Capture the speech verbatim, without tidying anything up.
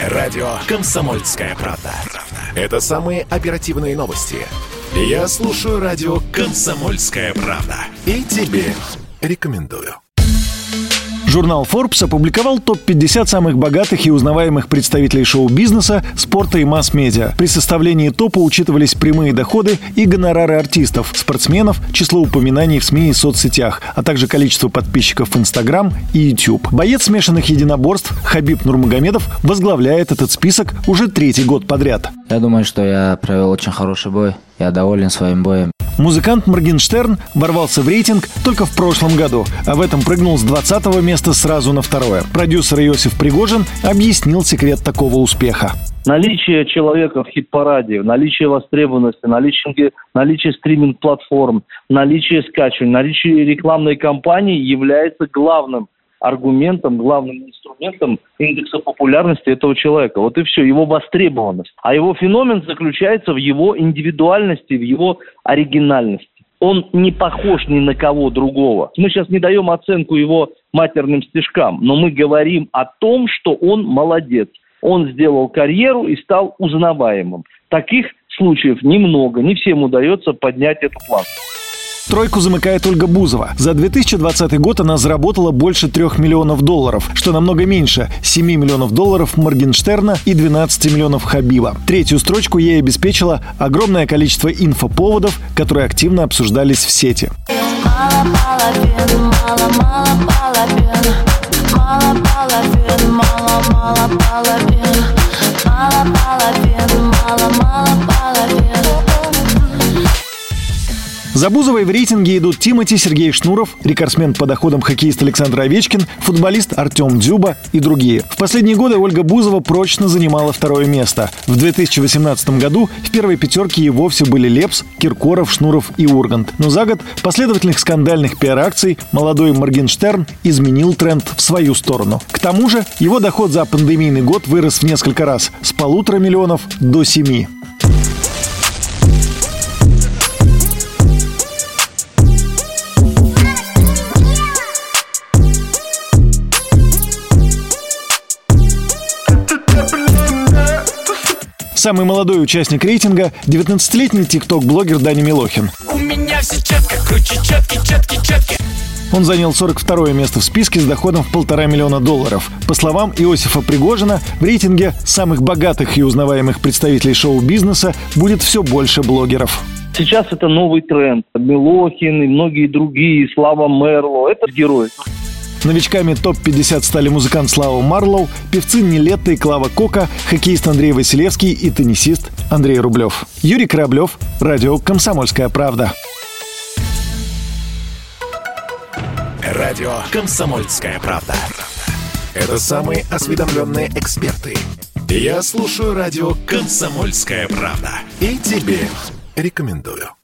Радио «Комсомольская правда». Это самые оперативные новости. Я слушаю радио «Комсомольская правда». И тебе рекомендую. Журнал Forbes опубликовал топ пятьдесят самых богатых и узнаваемых представителей шоу-бизнеса, спорта и масс-медиа. При составлении топа учитывались прямые доходы и гонорары артистов, спортсменов, число упоминаний в СМИ и соцсетях, а также количество подписчиков в Instagram и YouTube. Боец смешанных единоборств Хабиб Нурмагомедов возглавляет этот список уже третий год подряд. Я думаю, что я провел очень хороший бой. Я доволен своим боем. Музыкант Моргенштерн ворвался в рейтинг только в прошлом году, а в этом прыгнул с двадцатого места сразу на второе. Продюсер Иосиф Пригожин объяснил секрет такого успеха. Наличие человека в хит-параде, наличие востребованности, наличие, наличие стриминг-платформ, наличие скачивания, наличие рекламной кампании является главным аргументом, главным инструментом индекса популярности этого человека. Вот и все, его востребованность. А его феномен заключается в его индивидуальности, в его оригинальности. Он не похож ни на кого другого. Мы сейчас не даем оценку его матерным стишкам, но мы говорим о том, что он молодец. Он сделал карьеру и стал узнаваемым. Таких случаев немного, не всем удается поднять эту планку. Тройку замыкает Ольга Бузова. За две тысячи двадцатый год она заработала больше трех миллионов долларов, что намного меньше семи миллионов долларов Моргенштерна и двенадцати миллионов Хабиба. Третью строчку ей обеспечило огромное количество инфоповодов, которые активно обсуждались в сети. За Бузовой в рейтинге идут Тимати, Сергей Шнуров, рекордсмен по доходам хоккеист Александр Овечкин, футболист Артем Дзюба и другие. В последние годы Ольга Бузова прочно занимала второе место. В две тысячи восемнадцатом году в первой пятерке и вовсе были Лепс, Киркоров, Шнуров и Ургант. Но за год последовательных скандальных пиар-акций молодой Моргенштерн изменил тренд в свою сторону. К тому же его доход за пандемийный год вырос в несколько раз – с полутора миллионов до семи. Самый молодой участник рейтинга – девятнадцатилетний тикток-блогер Даня Милохин. У меня все четко, круче четки, четки, четки. Он занял сорок второе место в списке с доходом в полтора миллиона долларов. По словам Иосифа Пригожина, в рейтинге самых богатых и узнаваемых представителей шоу-бизнеса будет все больше блогеров. Сейчас это новый тренд. Милохин и многие другие, Слава Мерло – это герои. Новичками топ пятьдесят стали музыкант Слава Марлоу, певцы Нилетто и Клава Кока, хоккеист Андрей Василевский и теннисист Андрей Рублев. Юрий Кораблев, радио «Комсомольская правда». Радио «Комсомольская правда». Это самые осведомленные эксперты. Я слушаю радио «Комсомольская правда». И тебе рекомендую.